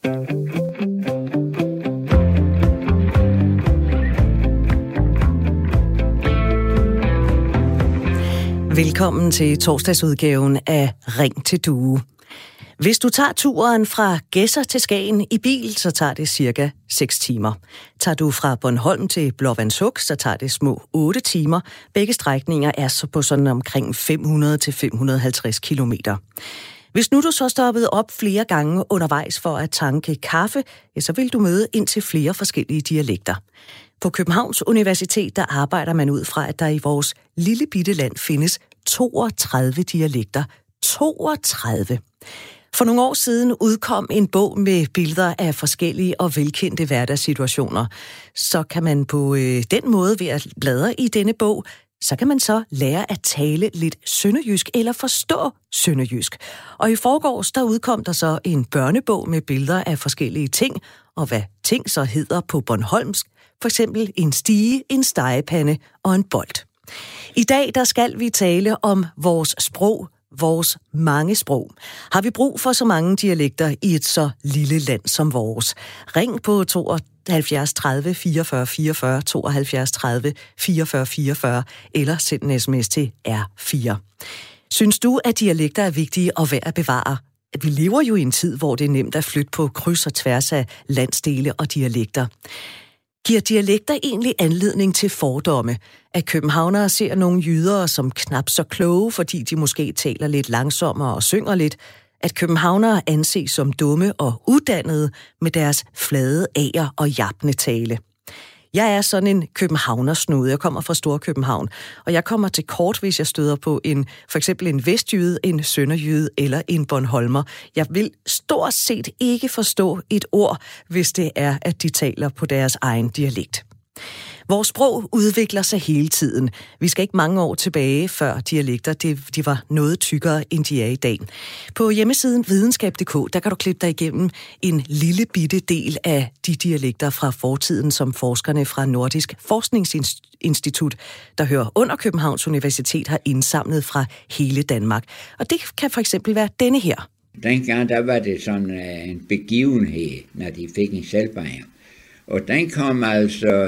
Velkommen til torsdagsudgaven af Ring til Due. Hvis du tager turen fra Gedser til Skagen i bil, så tager det cirka 6 timer. Tager du fra Bornholm til Blåvandshuk, så tager det små 8 timer. Begge strækninger er så på sådan omkring 500 til 550 kilometer. Hvis nu du så stoppede op flere gange undervejs for at tanke kaffe, så vil du møde indtil flere forskellige dialekter. På Københavns Universitet der arbejder man ud fra, at der i vores lille bitte land findes 32 dialekter. 32! For nogle år siden udkom en bog med billeder af forskellige og velkendte hverdagssituationer. Så kan man på den måde ved at bladre i denne bog, så kan man så lære at tale lidt sønderjysk eller forstå sønderjysk. Og i forgårs der udkom der så en børnebog med billeder af forskellige ting, og hvad ting så hedder på bornholmsk. For eksempel en stige, en stegepande og en bold. I dag der skal vi tale om vores sprog, vores mange sprog. Har vi brug for så mange dialekter i et så lille land som vores? Ring på 72 30 44 44, 72 30 44 44, eller send en sms til R4. Synes du, at dialekter er vigtige og værd at bevare? Vi lever jo i en tid, hvor det er nemt at flytte på kryds og tværs af landsdele og dialekter. Giver dialekter egentlig anledning til fordomme? At københavnere ser nogle jyder som knap så kloge, fordi de måske taler lidt langsommere og synger lidt? At københavnere anses som dumme og uddannede med deres flade ager og jappende tale? Jeg er sådan en københavnersnude. Jeg kommer fra Storkøbenhavn, og jeg kommer til kort, hvis jeg støder på for eksempel en vestjyde, en sønderjyde eller en bornholmer. Jeg vil stort set ikke forstå et ord, hvis det er, at de taler på deres egen dialekt. Vores sprog udvikler sig hele tiden. Vi skal ikke mange år tilbage, før dialekter de var noget tykkere, end de er i dag. På hjemmesiden videnskab.dk, der kan du klippe dig igennem en lille bitte del af de dialekter fra fortiden, som forskerne fra Nordisk Forskningsinstitut, der hører under Københavns Universitet, har indsamlet fra hele Danmark. Og det kan for eksempel være denne her. Dengang der var det sådan en begivenhed, når de fik en selvbejr. Og den kom altså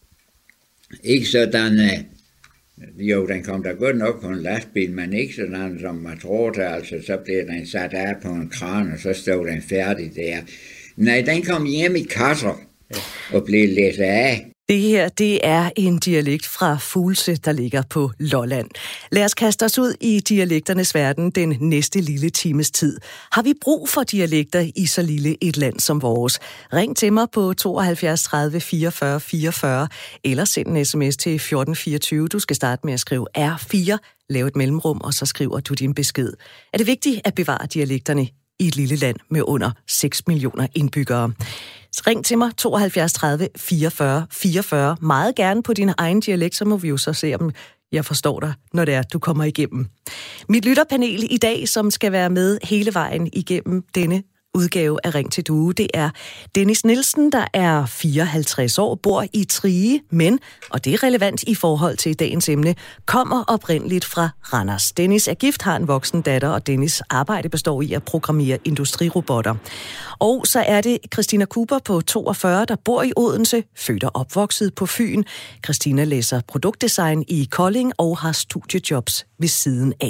ikke sådan, den kom da godt nok på en lastbil, men ikke sådan som man troede, altså så blev den sat af på en kran, og så stod den færdig der. Nej, den kom hjem i kasser og blev læsset af. Det her, det er en dialekt fra Fuglse, der ligger på Lolland. Lad os kaste os ud i dialekternes verden den næste lille times tid. Har vi brug for dialekter i så lille et land som vores? Ring til mig på 72 30 44 44, eller send en sms til 1424. Du skal starte med at skrive R4, lave et mellemrum, og så skriver du din besked. Er det vigtigt at bevare dialekterne i et lille land med under 6 millioner indbyggere? Ring til mig 72 30 44 44. Meget gerne på din egen dialekt, så må vi jo så se, om jeg forstår dig, når det er, du kommer igennem. Mit lytterpanel i dag, som skal være med hele vejen igennem denne udgave af Ring til Due, det er Dennis Nielsen, der er 54 år, bor i Trige, men, og det er relevant i forhold til dagens emne, kommer oprindeligt fra Randers. Dennis er gift, har en voksen datter, og Dennis' arbejde består i at programmere industrirobotter. Og så er det Christina Cooper på 42, der bor i Odense, født og opvokset på Fyn. Christina læser produktdesign i Kolding og har studiejobs ved siden af.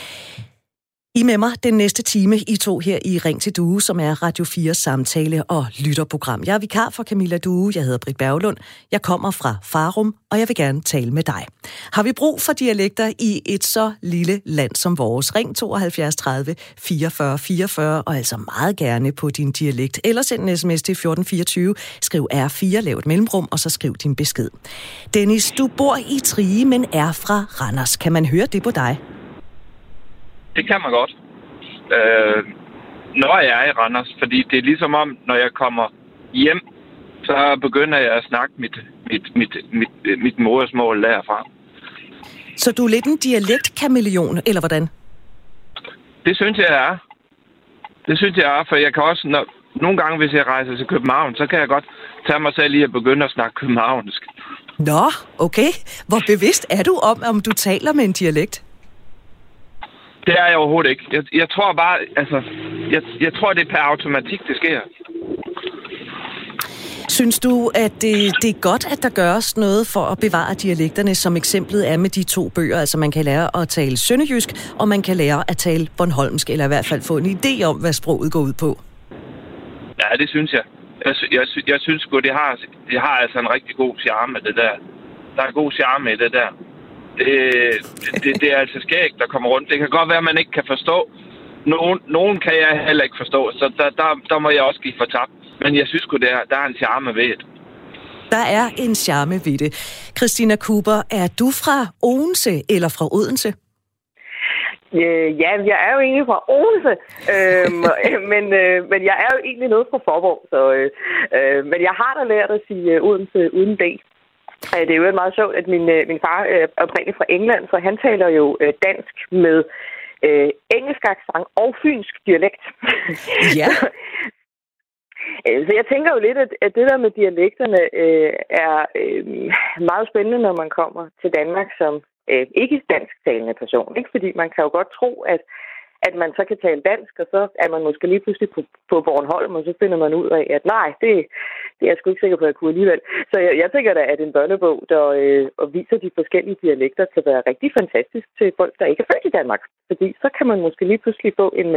I med mig den næste time, I to her i Ring til Due, som er Radio 4's samtale- og lytterprogram. Jeg er vikar for Camilla Due, jeg hedder Britt Berglund, jeg kommer fra Farum, og jeg vil gerne tale med dig. Har vi brug for dialekter i et så lille land som vores? Ring 72 30 44 44, og altså meget gerne på din dialekt. Eller send en sms til 1424, skriv R4, lav et mellemrum, og så skriv din besked. Dennis, du bor i Trige, men er fra Randers. Kan man høre det på dig? Det kan man godt. Når jeg er i Randers, fordi det er ligesom om, når jeg kommer hjem, så begynder jeg at snakke mit modersmål derfra. Så du er lidt en dialektkameleon, eller hvordan? Det synes jeg er. Det synes jeg er, for jeg kan også, nogle gange hvis jeg rejser til København, så kan jeg godt tage mig selv i at begynde at snakke københavnsk. Nå, okay. Hvor bevidst er du om du taler med en dialekt? Det er jeg overhovedet ikke. Jeg tror bare, altså... Jeg tror, det er per automatik, det sker. Synes du, at det er godt, at der gøres noget for at bevare dialekterne, som eksemplet er med de 2 bøger? Altså, man kan lære at tale sønderjysk, og man kan lære at tale bornholmsk, eller i hvert fald få en idé om, hvad sproget går ud på. Ja, det synes jeg. Jeg synes sgu, det har altså en rigtig god charme, det der. Der er god charme i det der. Det er altså skægt, der kommer rundt. Det kan godt være, at man ikke kan forstå. Nogen kan jeg heller ikke forstå, så der må jeg også give for tabt. Men jeg synes sgu, der er en charme ved det. Der er en charme ved det. Christina Cooper, er du fra Odense eller fra Odense? Ja, jeg er jo egentlig fra Odense, men jeg er jo egentlig noget fra Faaborg. Men jeg har da lært at sige Odense uden D. Det er jo meget sjovt, at min far er oprindeligt fra England, så han taler jo dansk med engelsk accent og fynsk dialekt. Ja. Så jeg tænker jo lidt, at det der med dialekterne er meget spændende, når man kommer til Danmark som ikke dansktalende person. Ikke? Fordi man kan jo godt tro, at man så kan tale dansk, og så er man måske lige pludselig på Bornholm, og så finder man ud af, at nej, det er jeg sgu ikke sikker på, at jeg kunne alligevel. Så jeg tænker da, at en børnebog, der viser de forskellige dialekter, kan være rigtig fantastisk til folk, der ikke er født i Danmark. Fordi så kan man måske lige pludselig få en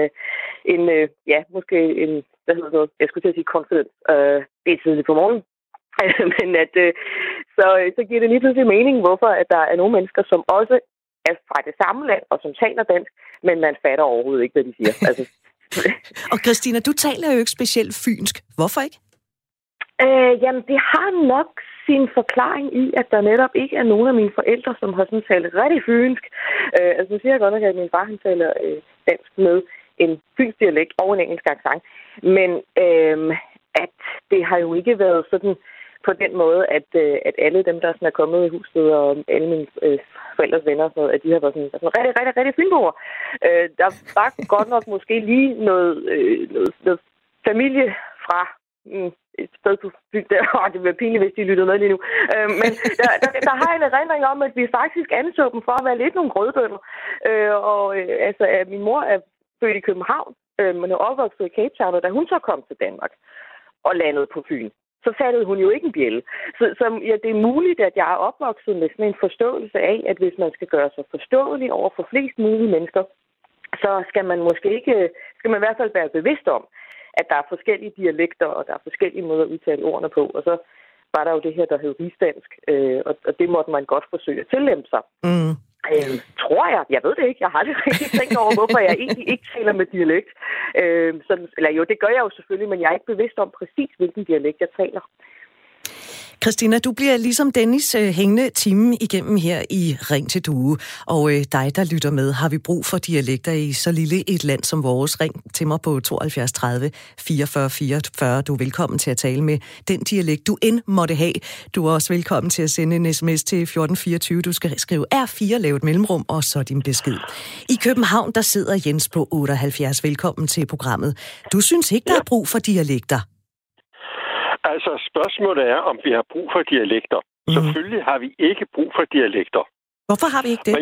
hvad hedder det, jeg skulle til at sige confidence. Det er tidligt på morgenen. Men så giver det lige pludselig mening, hvorfor at der er nogle mennesker, som også er fra det samme land, og som taler dansk, men man fatter overhovedet ikke, hvad de siger. Altså. Og Christina, du taler jo ikke specielt fynsk. Hvorfor ikke? Jamen, det har nok sin forklaring i, at der netop ikke er nogen af mine forældre, som har sådan talt rigtig fynsk. Altså, nu siger jeg godt nok, at min far han taler dansk med en fynsk dialekt og en engelsk accent. Men at det har jo ikke været sådan på den måde, at alle dem, der sådan er kommet i huset, og alle mine forældres venner, så, at de har været sådan rigtig fynboer. Der var godt nok måske lige noget familie fra et sted på Fyn. Det bliver pinligt, hvis de lytter med lige nu. Men der har en erindring om, at vi faktisk anså dem for at være lidt nogle grødbønder. Altså, min mor er født i København, men er opvokset i Cape Town, og da hun så kom til Danmark og landede på Fyn, så fattede hun jo ikke en bjælde. Så ja, det er muligt, at jeg er opvokset med sådan en forståelse af, at hvis man skal gøre sig forståelig over for flest mulige mennesker, så skal man i hvert fald være bevidst om, at der er forskellige dialekter, og der er forskellige måder at udtale ordene på. Og så var der jo det her, der hed rigsdansk, og det måtte man godt forsøge at tillempe sig. Mm. Tror jeg. Jeg ved det ikke. Jeg har aldrig rigtig tænkt over, hvorfor jeg egentlig ikke taler med dialekt. Eller jo, det gør jeg jo selvfølgelig, men jeg er ikke bevidst om præcis, hvilken dialekt jeg taler. Christina, du bliver ligesom Dennis hængende timen igennem her i Ring til Due. Og dig, der lytter med, har vi brug for dialekter i så lille et land som vores. Ring til mig på 72 30 44 44. Du er velkommen til at tale med den dialekt, du end måtte have. Du er også velkommen til at sende en sms til 1424. Du skal skrive R4, lave et mellemrum, og så din besked. I København, der sidder Jens på 78. Velkommen til programmet. Du synes ikke, der er brug for dialekter? Altså, spørgsmålet er, om vi har brug for dialekter. Selvfølgelig har vi ikke brug for dialekter. Hvorfor har vi ikke det? Men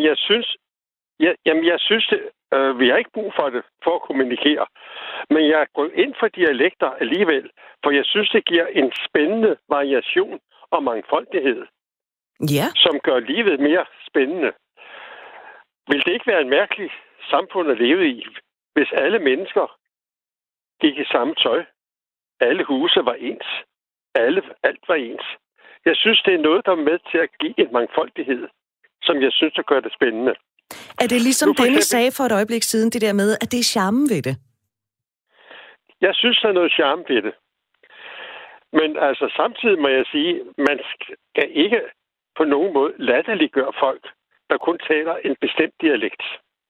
jeg synes det, vi har ikke brug for det, for at kommunikere. Men jeg går ind for dialekter alligevel, for jeg synes, det giver en spændende variation og mangfoldighed, som gør livet mere spændende. Vil det ikke være en mærkelig samfund at leve i, hvis alle mennesker gik i samme tøj? Alle huse var ens. Alt var ens. Jeg synes, det er noget, der er med til at give en mangfoldighed, som jeg synes, der gør det spændende. Er det ligesom Dennis sagde for et øjeblik siden, det der med, at det er charmen ved det? Jeg synes, der er noget charme ved det. Men altså, samtidig må jeg sige, man skal ikke på nogen måde latterliggøre folk, der kun taler en bestemt dialekt.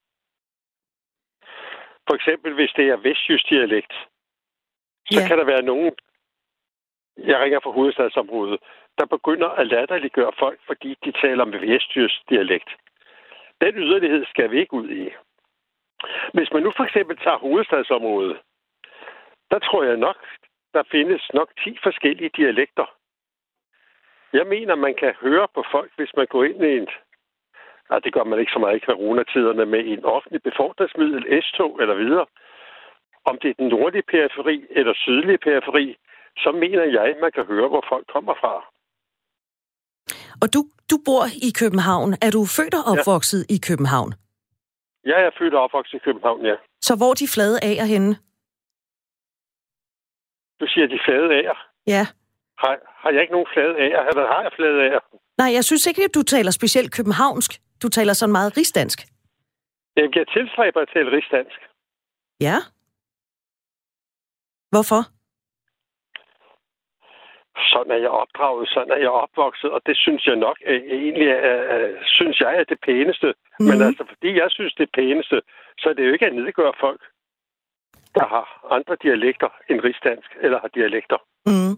For eksempel, hvis det er vestjysk dialekt, så kan der være nogen, jeg ringer fra hovedstadsområdet, der begynder at latterliggøre folk, fordi de taler med vestjysk dialekt. Den yderlighed skal vi ikke ud i. Hvis man nu for eksempel tager hovedstadsområdet, der tror jeg nok, der findes nok 10 forskellige dialekter. Jeg mener, man kan høre på folk, hvis man går ind i at det gør man ikke så meget i coronatiderne med en offentlig befordringsmiddel, S-tog eller videre. Om det er den nordlige periferi eller sydlige periferi, så mener jeg, at man kan høre, hvor folk kommer fra. Og du bor i København. Er du født og opvokset i København? Ja, jeg er født og opvokset i København, ja. Så hvor er de flade A'er henne? Du siger, de flade A'er? Ja. Har jeg ikke nogen flade A'er? Eller har jeg flade A'er? Nej, jeg synes ikke, at du taler specielt københavnsk. Du taler sådan meget rigsdansk. Jeg tilstræber at tale rigsdansk. Ja. Hvorfor? Sådan er jeg opdraget, sådan er jeg opvokset, og det synes jeg nok egentlig er det pæneste. Mm. Men altså, fordi jeg synes, det er pæneste, så er det jo ikke at nedgøre folk, der har andre dialekter end rigsdansk, eller har dialekter. Mm.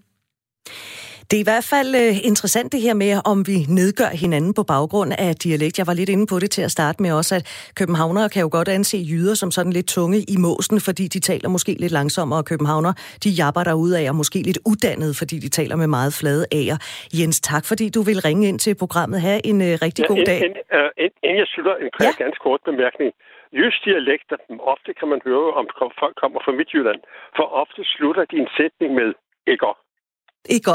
Det er i hvert fald interessant det her med, om vi nedgør hinanden på baggrund af dialekt. Jeg var lidt inde på det til at starte med også, at københavnere kan jo godt anse jyder som sådan lidt tunge i måsen, fordi de taler måske lidt langsommere, og københavnere, de japper derudad og måske lidt uddannede, fordi de taler med meget flade A'er. Jens, tak fordi du vil ringe ind til programmet. Ha' en rigtig god dag. Inden jeg slutter en ganske kort bemærkning. Jysk dialekter, ofte kan man høre, om folk kommer fra Midtjylland, for ofte slutter de en sætning med ikke. Ikke.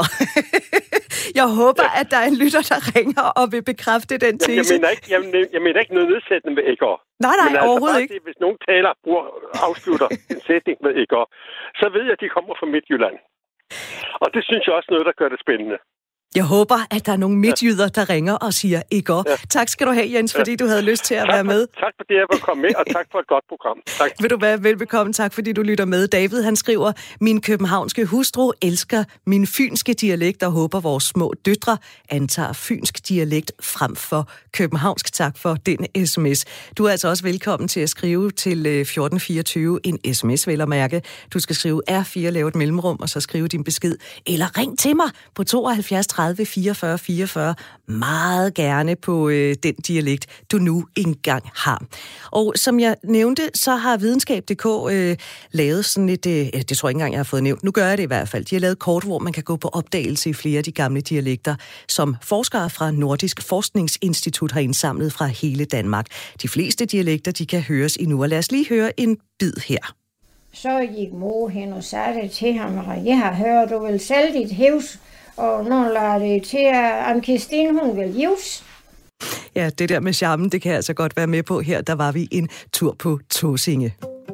Jeg håber, at der er en lytter, der ringer og vil bekræfte den tese. Jeg mener ikke noget nedsættende med ikke. Nej, men overhovedet ikke. Hvis nogen taler afslutter en sætning med ikke, så ved jeg, at de kommer fra Midtjylland. Og det synes jeg også er noget, der gør det spændende. Jeg håber, at der er nogle midtjyder, der ringer og siger ikke. Tak skal du have, Jens, fordi du havde lyst til at være med. Tak fordi jeg var kommet med, og tak for et godt program. Tak. Vil du være velbekomme. Tak fordi du lytter med. David, han skriver, min københavnske hustru elsker min fynske dialekt og håber, vores små døtre antager fynsk dialekt frem for københavnsk. Tak for den sms. Du er altså også velkommen til at skrive til 1424 en sms, vel at mærke. Du skal skrive R4, lave et mellemrum, og så skrive din besked. Eller ring til mig på 72 30 44 44. Meget gerne på den dialekt, du nu engang har. Og som jeg nævnte, så har videnskab.dk lavet sådan et, det tror jeg ikke engang, jeg har fået nævnt, nu gør jeg det i hvert fald. De har lavet kort, hvor man kan gå på opdagelse i flere af de gamle dialekter, som forskere fra Nordisk Forskningsinstitut har indsamlet fra hele Danmark. De fleste dialekter, de kan høres endnu, og lad os lige høre en bid her. Så gik mor hen og sagde til ham, jeg har hørt, du vil sælge dit hus, og nu lader det til, at Anne-Christine, hun vil gives. Ja, det der med charmen, det kan jeg altså godt være med på. Her, der var vi en tur på Tåsinge.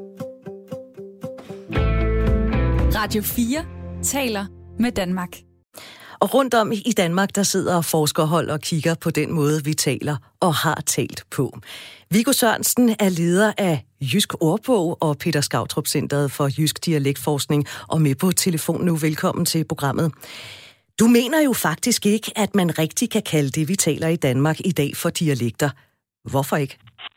Radio 4 taler med Danmark. Og rundt om i Danmark, der sidder forskerhold og kigger på den måde, vi taler og har talt på. Viggo Sørensen er leder af Jysk Ordbog og Peter Scoutrup Centeret for Jysk Dialektforskning og med på telefon nu. Velkommen til programmet. Du mener jo faktisk ikke, at man rigtig kan kalde det, vi taler i Danmark i dag, for dialekter. Hvorfor ikke?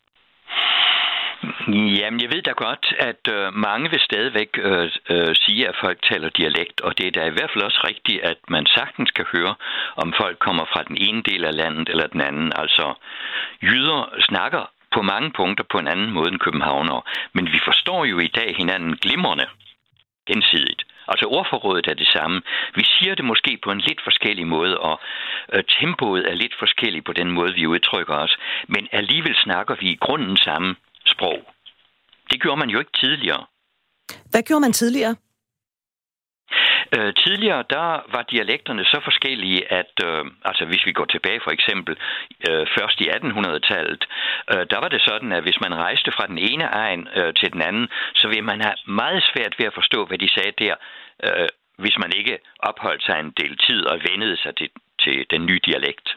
Jamen, jeg ved da godt, at mange vil stadigvæk sige, at folk taler dialekt, og det er da i hvert fald også rigtigt, at man sagtens kan høre, om folk kommer fra den ene del af landet eller den anden. Altså, jyder snakker på mange punkter på en anden måde end københavnere, men vi forstår jo i dag hinanden glimrende gensidigt. Altså ordforrådet er det samme. Vi siger det måske på en lidt forskellig måde, og tempoet er lidt forskelligt på den måde, vi udtrykker os. Men alligevel snakker vi i grunden samme sprog. Det gjorde man jo ikke tidligere. Hvad gjorde man tidligere? Tidligere, der var dialekterne så forskellige, at altså hvis vi går tilbage for eksempel først i 1800-tallet, der var det sådan, at hvis man rejste fra den ene egen til den anden, så ville man have meget svært ved at forstå, hvad de sagde der, hvis man ikke opholdt sig en del tid og vendede sig til den nye dialekt.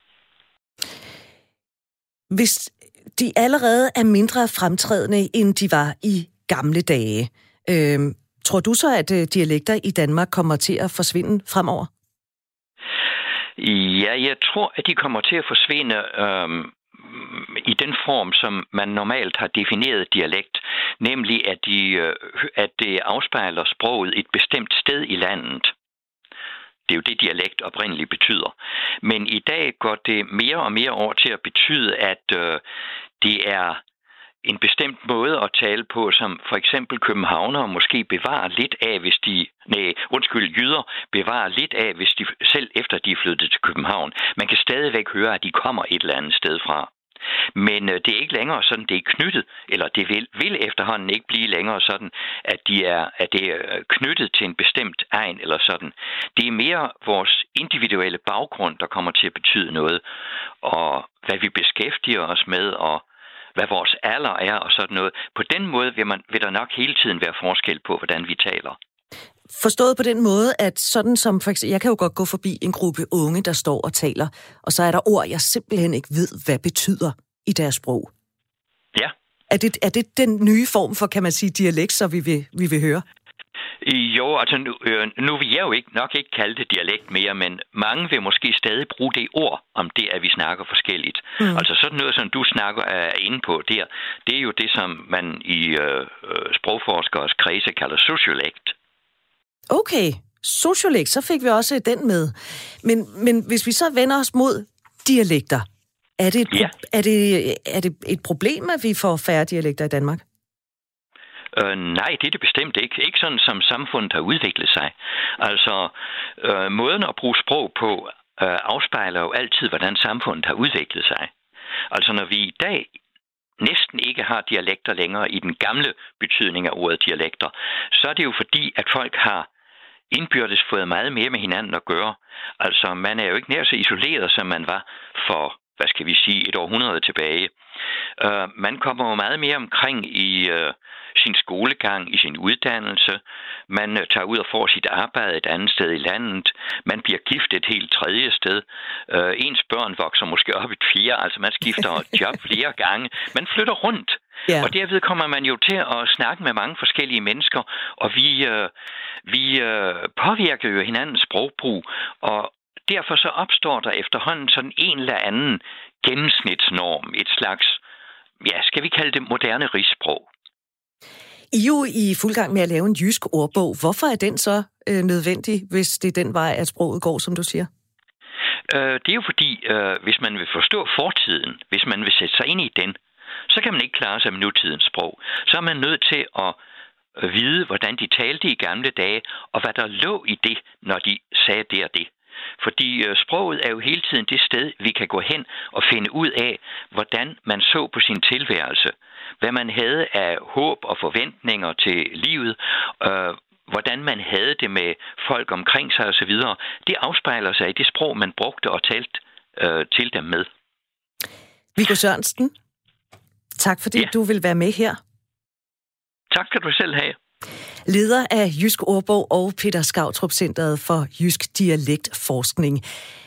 Hvis de allerede er mindre fremtrædende, end de var i gamle dage, tror du så, at dialekter i Danmark kommer til at forsvinde fremover? Ja, jeg tror, at de kommer til at forsvinde i den form, som man normalt har defineret dialekt, nemlig at det afspejler sproget et bestemt sted i landet. Det er jo det, dialekt oprindeligt betyder. Men i dag går det mere og mere over til at betyde, at det er en bestemt måde at tale på, som for eksempel københavnere måske bevarer lidt af, jyder bevarer lidt af, hvis de selv efter de er flyttet til København. Man kan stadigvæk høre, at de kommer et eller andet sted fra. Men det er ikke længere sådan, det er knyttet, eller det vil efterhånden ikke blive længere sådan, at det er knyttet til en bestemt egn eller sådan. Det er mere vores individuelle baggrund, der kommer til at betyde noget, og hvad vi beskæftiger os med, og hvad vores alder er og sådan noget. På den måde vil der nok hele tiden være forskel på, hvordan vi taler. Forstået på den måde, at sådan som for eksempel, jeg kan jo godt gå forbi en gruppe unge, der står og taler, og så er der ord, jeg simpelthen ikke ved, hvad betyder i deres sprog. Ja. Er det den nye form for, kan man sige, dialekt, så vi vil høre? Jo, altså nu vil jeg jo nok ikke kalde det dialekt mere, men mange vil måske stadig bruge det ord om det, at vi snakker forskelligt. Altså sådan noget, som du snakker er inde på der, det er jo det, som man i sprogforskers kredse kalder sociolekt. Okay, sociolekt, så fik vi også den med. Men hvis vi så vender os mod dialekter, er det et problem, at vi får færre dialekter i Danmark? Nej, det er det bestemt ikke. Ikke sådan, som samfundet har udviklet sig. Altså, måden at bruge sprog på afspejler jo altid, hvordan samfundet har udviklet sig. Altså, når vi i dag næsten ikke har dialekter længere i den gamle betydning af ordet dialekter, så er det jo fordi, at folk har indbyrdes fået meget mere med hinanden at gøre. Altså, man er jo ikke nær så isoleret, som man var for, hvad skal vi sige, et århundrede tilbage. Man kommer jo meget mere omkring i sin skolegang, i sin uddannelse. Man tager ud og får sit arbejde et andet sted i landet. Man bliver gift et helt tredje sted. Ens børn vokser måske op et fjerde. Altså man skifter job flere gange. Man flytter rundt. Yeah. Og derved kommer man jo til at snakke med mange forskellige mennesker. Og vi påvirker jo hinandens sprogbrug. Og derfor så opstår der efterhånden sådan en eller anden gennemsnitsnorm. Et slags, skal vi kalde det moderne rigssprog. I er jo i fuld gang med at lave en jysk ordbog. Hvorfor er den så nødvendig, hvis det er den vej, at sproget går, som du siger? Det er jo fordi, hvis man vil forstå fortiden, hvis man vil sætte sig ind i den, så kan man ikke klare sig med nutidens sprog. Så er man nødt til at vide, hvordan de talte i gamle dage, og hvad der lå i det, når de sagde det og det. Fordi sproget er jo hele tiden det sted, vi kan gå hen og finde ud af, hvordan man så på sin tilværelse. Hvad man havde af håb og forventninger til livet, hvordan man havde det med folk omkring sig osv. Det afspejler sig i det sprog, man brugte og talte til dem med. Viggo Sørensen, tak fordi du vil være med her. Tak skal du selv have. Leder af Jysk Ordbog og Peter Scoutrup Centeret for Jysk Dialektforskning.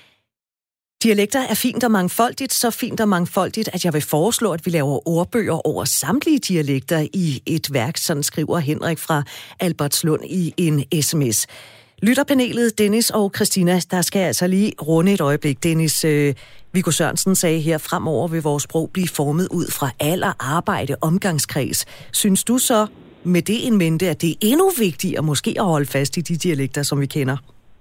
Dialekter er fint og mangfoldigt, så fint og mangfoldigt, at jeg vil foreslå, at vi laver ordbøger over samtlige dialekter i et værk, sådan skriver Henrik fra Albertslund i en sms. Lytterpanelet, Dennis og Christina, der skal altså lige runde et øjeblik. Dennis, Viggo Sørensen sagde her, fremover vil vores sprog blive formet ud fra alder, arbejde, omgangskreds. Synes du så med det en mente, at det er endnu vigtigere måske at holde fast i de dialekter, som vi kender?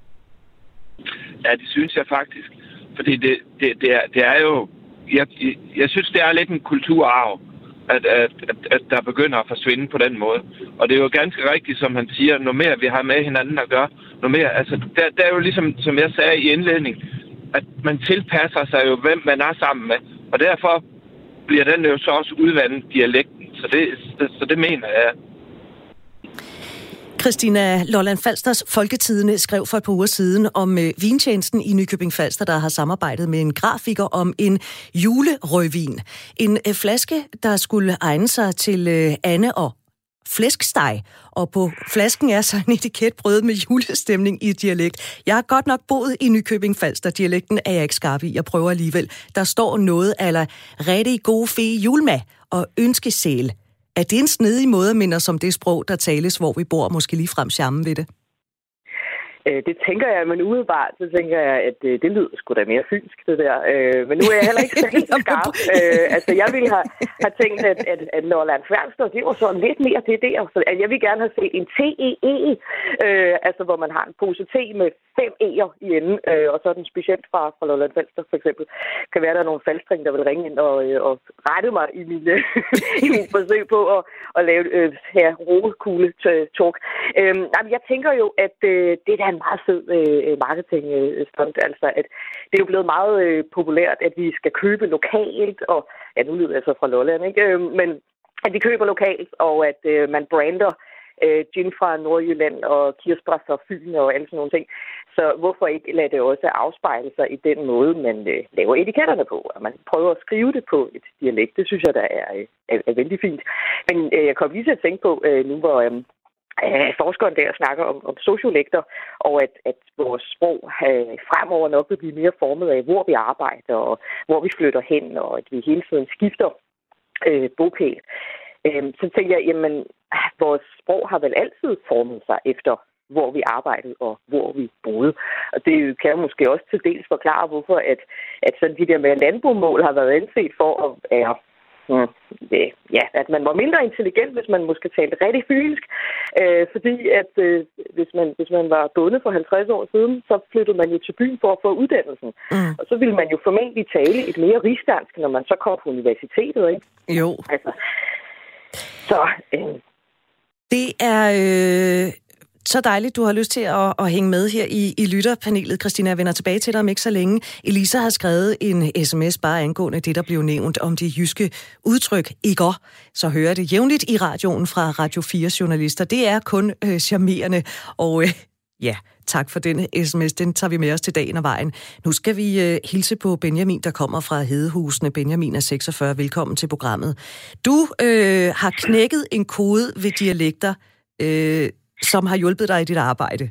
Ja, det synes jeg faktisk. Fordi det er jo... Jeg synes, det er lidt en kulturarv, at der begynder at forsvinde på den måde. Og det er jo ganske rigtigt, som han siger, noget mere vi har med hinanden at gøre, noget mere... Altså, der er jo ligesom, som jeg sagde i indledning, at man tilpasser sig jo, hvem man er sammen med. Og derfor bliver den jo så også udvandet dialekten. Så det mener jeg. Christina, Lolland Falsters Folketidende skrev for et par uger siden om vintjenesten i Nykøbing Falster, der har samarbejdet med en grafiker om en julerødvin. En flaske, der skulle egne sig til ande og flæsksteg, og på flasken er så en etiket brød med julestemning i dialekt. Jeg har godt nok boet i Nykøbing Falster. Dialekten er jeg ikke skarp i. Jeg prøver alligevel. Der står noget eller rigtig god fe julmad og ønskesæl. Er det en snedig måde at minde os om det sprog, der tales, hvor vi bor, måske lige frem charmen ved det? Det tænker jeg, men umiddelbart, så tænker jeg, at det lyder sgu da mere fynsk, det der. Men nu er jeg heller ikke så helt skarp. Altså, jeg ville have tænkt, at Lolland Falster, det var sådan lidt mere det der. Så, at jeg vil gerne have set en TEE, altså hvor man har en pose te med 5 E'er i enden, og så er den specielt fra Lolland Falster, for eksempel. Kan være, der er nogle falstring, der vil ringe ind og rette mig i min forsøg på at lave her roekugle talk. Jeg tænker jo, at det der en meget fed marketing-stunt. Altså, at det er jo blevet meget populært, at vi skal købe lokalt, og ja, nu lyder jeg så fra Lolland, ikke? Men at vi køber lokalt, og at man brander gin fra Nordjylland og kirsebær fra Fyn og alle sådan nogle ting. Så hvorfor ikke lade det også afspejle sig i den måde, man laver etiketterne på, og man prøver at skrive det på et dialekt. Det synes jeg, der er vældig fint. Men jeg kom lige til at tænke på, nu hvor forskeren der snakker om sociolekter, og at vores sprog fremover nok vil blive mere formet af, hvor vi arbejder, og hvor vi flytter hen, og at vi hele tiden skifter bopæl. Så tænker jeg, jamen, vores sprog har vel altid formet sig efter, hvor vi arbejdede og hvor vi boede. Og det kan jo måske også til dels forklare, hvorfor at sådan de der med landbomål har været anset for at være at man var mindre intelligent, hvis man måske talte rigtig fynsk. Fordi at hvis man var bonde for 50 år siden, så flyttede man jo til byen for at få uddannelsen. Og så ville man jo formentlig tale et mere rigsdansk, når man så kom på universitetet, ikke? Jo. Altså, så det er så dejligt, du har lyst til at hænge med her i lytterpanelet. Christina, jeg vender tilbage til dig om ikke så længe. Elisa har skrevet en sms bare angående det, der blev nævnt om de jyske udtryk i går. Så hører det jævnligt i radioen fra Radio 4 journalister. Det er kun charmerende, og ja, tak for den sms. Den tager vi med os til dagen og vejen. Nu skal vi hilse på Benjamin, der kommer fra Hedehusene. Benjamin er 46. Velkommen til programmet. Du har knækket en kode ved dialekter, som har hjulpet dig i dit arbejde.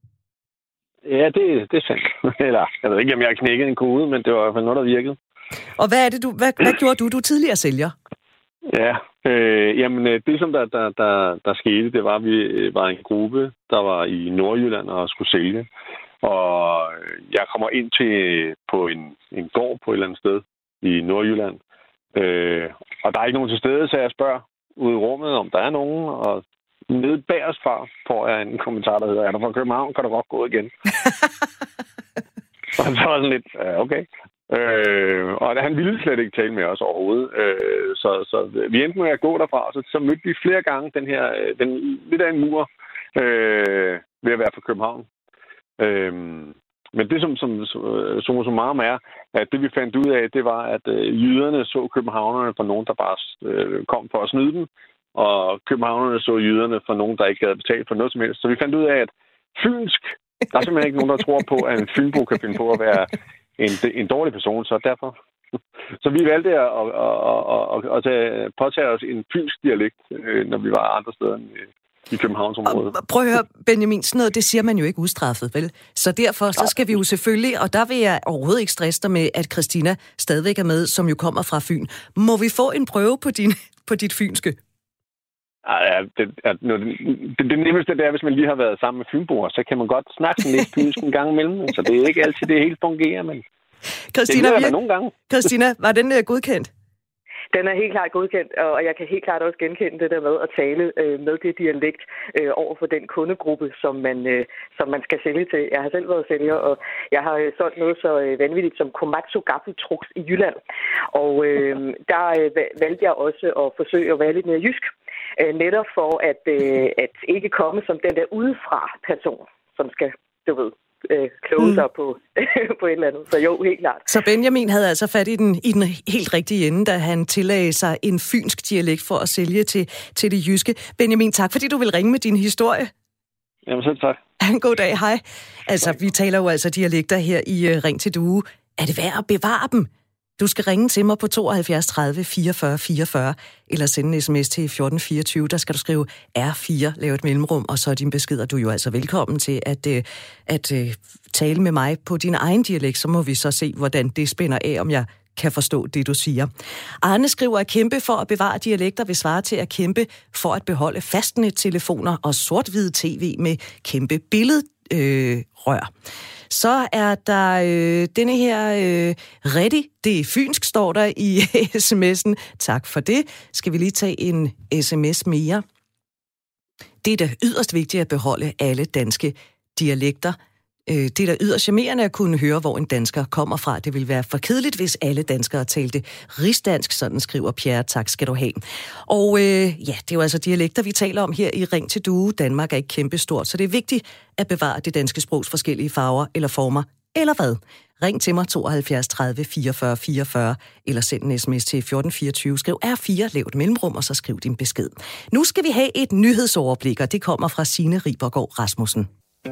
Ja, det er sandt. Eller, jeg ved ikke, om jeg har knækket en kode, men det var i hvert fald noget, der virkede. Og hvad er det, hvad gjorde du? Du er tidligere sælger. Ja, jamen det som der skete, det var, at vi var en gruppe, der var i Nordjylland og skulle sælge. Og jeg kommer ind på en gård på et eller andet sted i Nordjylland. Og der er ikke nogen til stede, så jeg spørger ude i rummet, om der er nogen, og nede bag os fra får jeg en kommentar, der hedder, er du fra København, kan du godt gå igen. Og så var sådan lidt, okay. Og han ville slet ikke tale med os overhovedet. Så vi endte med at gå derfra, og så mødte vi flere gange den lidt af en mur ved at være fra København. Men det som meget er, at det vi fandt ud af, det var, at jyderne så københavnerne for nogen, der bare kom for at snyde dem, og københavnerne så jyderne for nogen, der ikke havde betalt for noget som helst. Så vi fandt ud af, at fynsk, der er simpelthen ikke nogen, der tror på, at en fynbo kan finde på at være en dårlig person, så derfor. Så vi valgte at påtage os en fynsk dialekt, når vi var andre steder end i Københavnsområdet. Prøv at høre, Benjamin, sådan noget, det siger man jo ikke ustraffet, vel? Så derfor så skal vi jo selvfølgelig, og der vil jeg overhovedet ikke stresse dig med, at Christina stadigvæk er med, som jo kommer fra Fyn. Må vi få en prøve på dit fynske? Ja, det nemmeste det er, hvis man lige har været sammen med fynboer, så kan man godt snakke sådan lidt fynsk en gang imellem. Så det er ikke altid, det helt fungerer, men Christina, det nogle gange. Christina, var den godkendt? Den er helt klart godkendt, og jeg kan helt klart også genkende det der med at tale med det dialekt over for den kundegruppe, som man skal sælge til. Jeg har selv været sælger, og jeg har solgt noget så vanvittigt som Komatsu Gaffeltrucks i Jylland. Og der valgte jeg også at forsøge at være lidt mere jysk, netop for at ikke komme som den der udefra person, som skal, du ved, kloge sig på et eller andet. Så jo, helt klart. Så Benjamin havde altså fat i den helt rigtige ende, da han tillagde sig en fynsk dialekt for at sælge til det jyske. Benjamin, tak fordi du vil ringe med din historie. Jamen selv tak. En god dag, hej. Altså, vi taler jo altså dialekter her i Ring til Due. Er det værd at bevare dem? Du skal ringe til mig på 72 30 44 44, eller sende en sms til 1424. Der skal du skrive R4, lave et mellemrum, og så er din besked, og du er jo altså velkommen til at tale med mig på din egen dialekt. Så må vi så se, hvordan det spænder af, om jeg kan forstå det, du siger. Arne skriver, at kæmpe for at bevare dialekter vil svare til at kæmpe for at beholde fastnettelefoner og sort-hvide tv med kæmpe billedrør. Så er der denne her rigtig, det er fynsk, står der i sms'en. Tak for det. Skal vi lige tage en sms mere? Det er da yderst vigtigt at beholde alle danske dialekter. Det er da yderst charmerende at kunne høre, hvor en dansker kommer fra. Det ville være for kedeligt, hvis alle danskere talte rigsdansk, sådan skriver Pierre. Tak skal du have. Og det er jo altså dialekter, vi taler om her i Ring til Due. Danmark er ikke kæmpestort, så det er vigtigt at bevare det danske sprogs forskellige farver eller former, eller hvad? Ring til mig 72 30 44 44, eller send en sms til 1424. Skriv R4, lav et mellemrum, og så skriv din besked. Nu skal vi have et nyhedsoverblik, og det kommer fra Signe Ribergaard Rasmussen.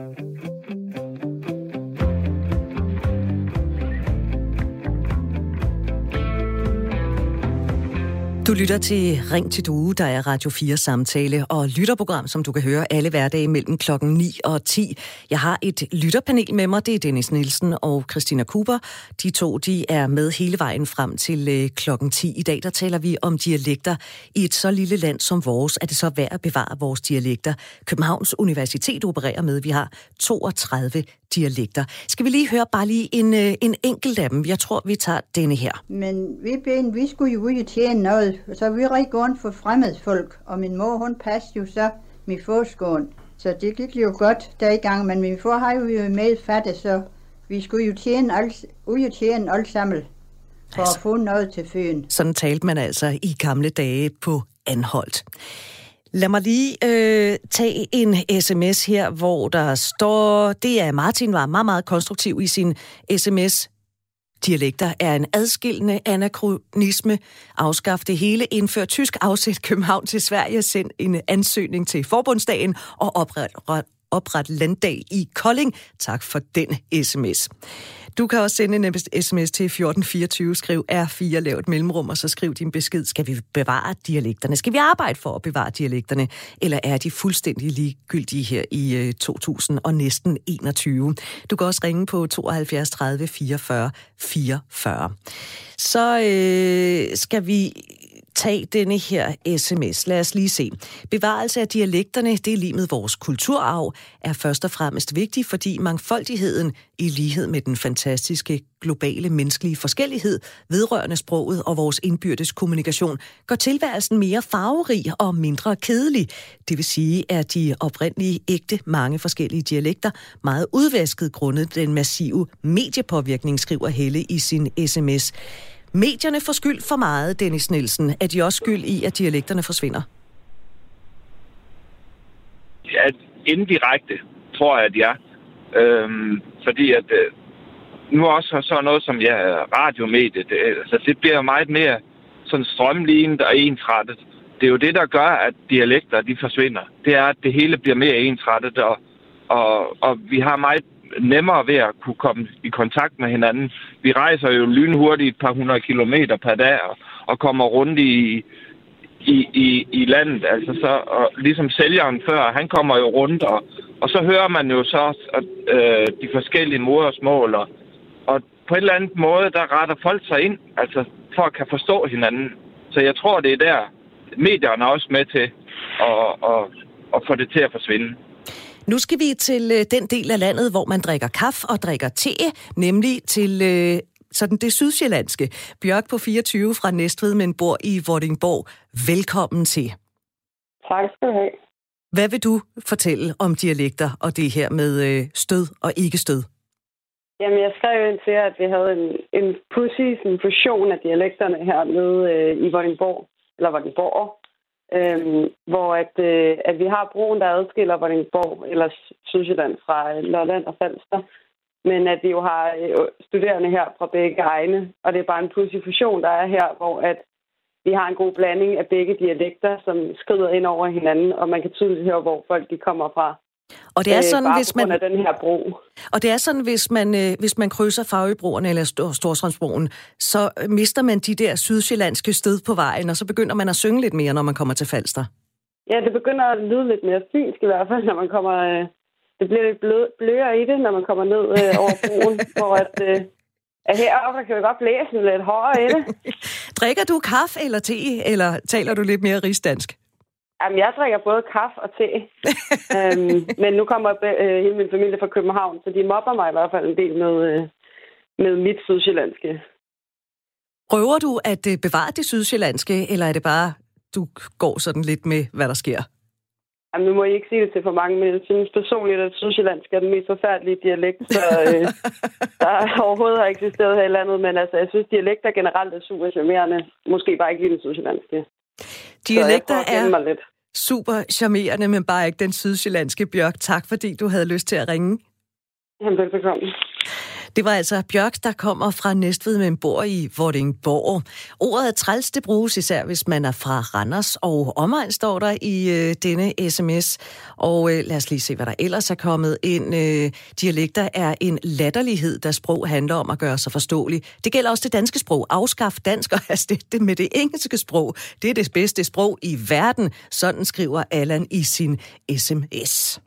Du lytter til Ring til Due, der er Radio 4 samtale og lytterprogram, som du kan høre alle hverdage mellem klokken 9 og 10. Jeg har et lytterpanel med mig, det er Dennis Nielsen og Christina Cooper. De to, de er med hele vejen frem til klokken 10. I dag, der taler vi om dialekter. I et så lille land som vores, er det så værd at bevare vores dialekter. Københavns Universitet opererer med, vi har 32 dialekter. Skal vi lige høre bare lige en enkelt af dem? Jeg tror, vi tager denne her. Men vi skulle jo ud og tjene noget, så vi rigtig godt for fremmedfolk, og min mor, hun passede jo så min forskåen. Så det gik jo godt der i gang, men min far har jo med fatte, så vi skulle jo tjene alt sammen for at få noget til Fyn. Sådan talte man altså i gamle dage på Anholt. Lad mig lige tage en sms her, hvor der står, det er Martin var meget, meget konstruktiv i sin sms. Dialekter er en adskillende anakronisme. Afskaf det hele, indfør tysk, afsæt København til Sverige, send en ansøgning til Forbundsdagen og opret landdag i Kolding. Tak for den sms. Du kan også sende en sms til 1424, skriv R4, lav et mellemrum, og så skriv din besked. Skal vi bevare dialekterne? Skal vi arbejde for at bevare dialekterne? Eller er de fuldstændig ligegyldige her i 2021? Du kan også ringe på 72 30 44 44. Så skal vi tage denne her sms. Lad os lige se. Bevarelse af dialekterne, det er lige med vores kulturarv, er først og fremmest vigtig, fordi mangfoldigheden, i lighed med den fantastiske globale menneskelige forskellighed, vedrørende sproget og vores indbyrdes kommunikation, gør tilværelsen mere farverig og mindre kedelig. Det vil sige, at de oprindelige, ægte, mange forskellige dialekter meget udvasket grundet den massive mediepåvirkning, skriver Helle i sin sms. Medierne får skyld for meget, Dennis Nielsen. Er de også skyld i, at dialekterne forsvinder? Ja, indirekte, tror jeg, at de er. Fordi at nu også så noget som radiomediet, altså det bliver meget mere sådan strømlignet og ensrettet. Det er jo det, der gør, at dialekter, de forsvinder. Det er, at det hele bliver mere ensrettet, og vi har meget nemmere ved at kunne komme i kontakt med hinanden. Vi rejser jo lynhurtigt et par 100 kilometer per dag og kommer rundt i landet. Altså så, og ligesom sælgeren før, han kommer jo rundt, og så hører man jo så de forskellige modersmål, og på en eller anden måde, der retter folk sig ind, altså for at kan forstå hinanden. Så jeg tror, det er der, medierne er også med til at få det til at forsvinde. Nu skal vi til den del af landet, hvor man drikker kaffe og drikker te, nemlig til sådan det sydsjællandske. Bjørk på 24 fra Næstved, men bor i Vordingborg. Velkommen til. Tak skal du have. Hvad vil du fortælle om dialekter og det her med stød og ikke stød? Jamen, jeg skrev ind til, at vi havde en pudsig fusion af dialekterne hernede i Vordingborg, eller Vordingborg. Hvor at vi har broen, der adskiller Vordingborg eller Sydsjælland fra Lolland og Falster, men at vi jo har studerende her fra begge egne, og det er bare en pudsig fusion, der er her, hvor at vi har en god blanding af begge dialekter, som skrider ind over hinanden, og man kan tydeligt høre, hvor folk de kommer fra. Og det er sådan, hvis man af den her bro. Og det er sådan, hvis man krydser Farøbroen eller Storstrømsbroen, så mister man de der sydsjællandske stød på vejen, og så begynder man at synge lidt mere, når man kommer til Falster. Ja, det begynder at lyde lidt mere fynsk i hvert fald, når man kommer. Det bliver lidt blødere i det, når man kommer ned over broen, hvor heroppe kan vi godt blæse lidt hårdere i det. Drikker du kaffe eller te, eller taler du lidt mere rigsdansk? Jamen, jeg drikker både kaffe og te. Men nu kommer hele min familie fra København, så de mobber mig i hvert fald en del med mit sydsjællandske. Prøver du at bevare det sydsjællandske, eller er det bare, du går sådan lidt med, hvad der sker? Jamen, nu må I ikke sige det til for mange, men jeg synes personligt, at sydsjællandsk er den mest forfærdelige dialekt, så der overhovedet har eksisteret her i landet. Men altså, jeg synes, dialekter generelt er super charmerende. Måske bare ikke lige den sydsjællandske. Dialekter er super charmerende, men bare ikke den sydsjællandske, Bjørk. Tak, fordi du havde lyst til at ringe. Jamen, velbekomme. Det var altså Bjørk, der kommer fra Næstved, men bor i Vordingborg. Ordet træls, det bruges især, hvis man er fra Randers og omegn, står der i denne sms. Og lad os lige se, hvad der ellers er kommet ind. Dialekter er en latterlighed, der sprog handler om at gøre sig forståelig. Det gælder også det danske sprog. Afskaf dansk og erstat det med det engelske sprog. Det er det bedste sprog i verden. Sådan skriver Allan i sin sms.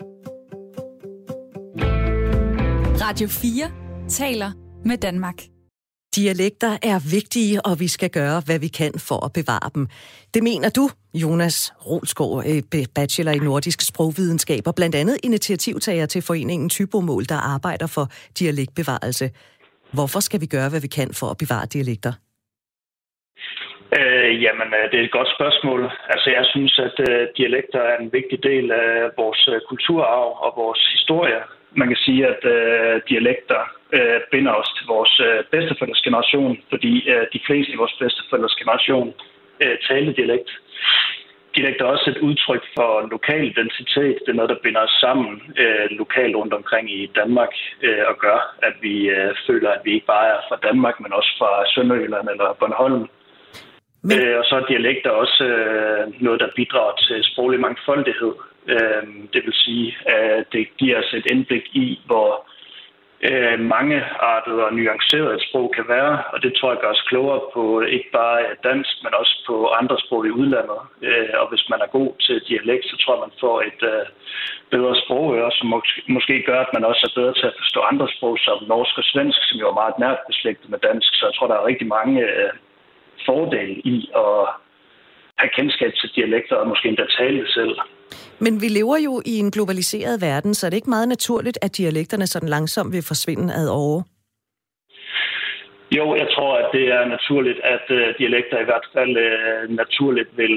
Radio 4 taler med Danmark. Dialekter er vigtige, og vi skal gøre, hvad vi kan for at bevare dem. Det mener du, Jonas Rolsgaard, bachelor i nordisk sprogvidenskab, og blandt andet initiativtager til foreningen Typomål, der arbejder for dialektbevarelse. Hvorfor skal vi gøre, hvad vi kan for at bevare dialekter? Jamen, det er et godt spørgsmål. Altså, jeg synes, at dialekter er en vigtig del af vores kulturarv og vores historie. Man kan sige, at dialekter binder os til vores bedsteforældres generation, fordi de fleste i vores bedsteforældres generation talte dialekt. Dialekt er også et udtryk for lokal identitet. Det er noget, der binder os sammen lokalt rundt omkring i Danmark og gør, at vi føler, at vi ikke bare er fra Danmark, men også fra Sønderjylland eller Bornholm. Og så er dialekter også noget, der bidrager til sproglig mangfoldighed. Det vil sige, at det giver os et indblik i, hvor mangeartet og nuanceret et sprog kan være, og det tror jeg gør os klogere på ikke bare dansk, men også på andre sprog i udlandet. Og hvis man er god til dialekt, så tror jeg, man får et bedre sprogøre, som måske gør, at man også er bedre til at forstå andre sprog, som norsk og svensk, som jo er meget nært beslægtet med dansk. Så jeg tror, der er rigtig mange fordele i at have kendskab til dialekter og måske endda tale det selv. Men vi lever jo i en globaliseret verden, så er det ikke meget naturligt, at dialekterne sådan langsomt vil forsvinde ad åre? Jo, jeg tror, at det er naturligt, at dialekter i hvert fald naturligt vil,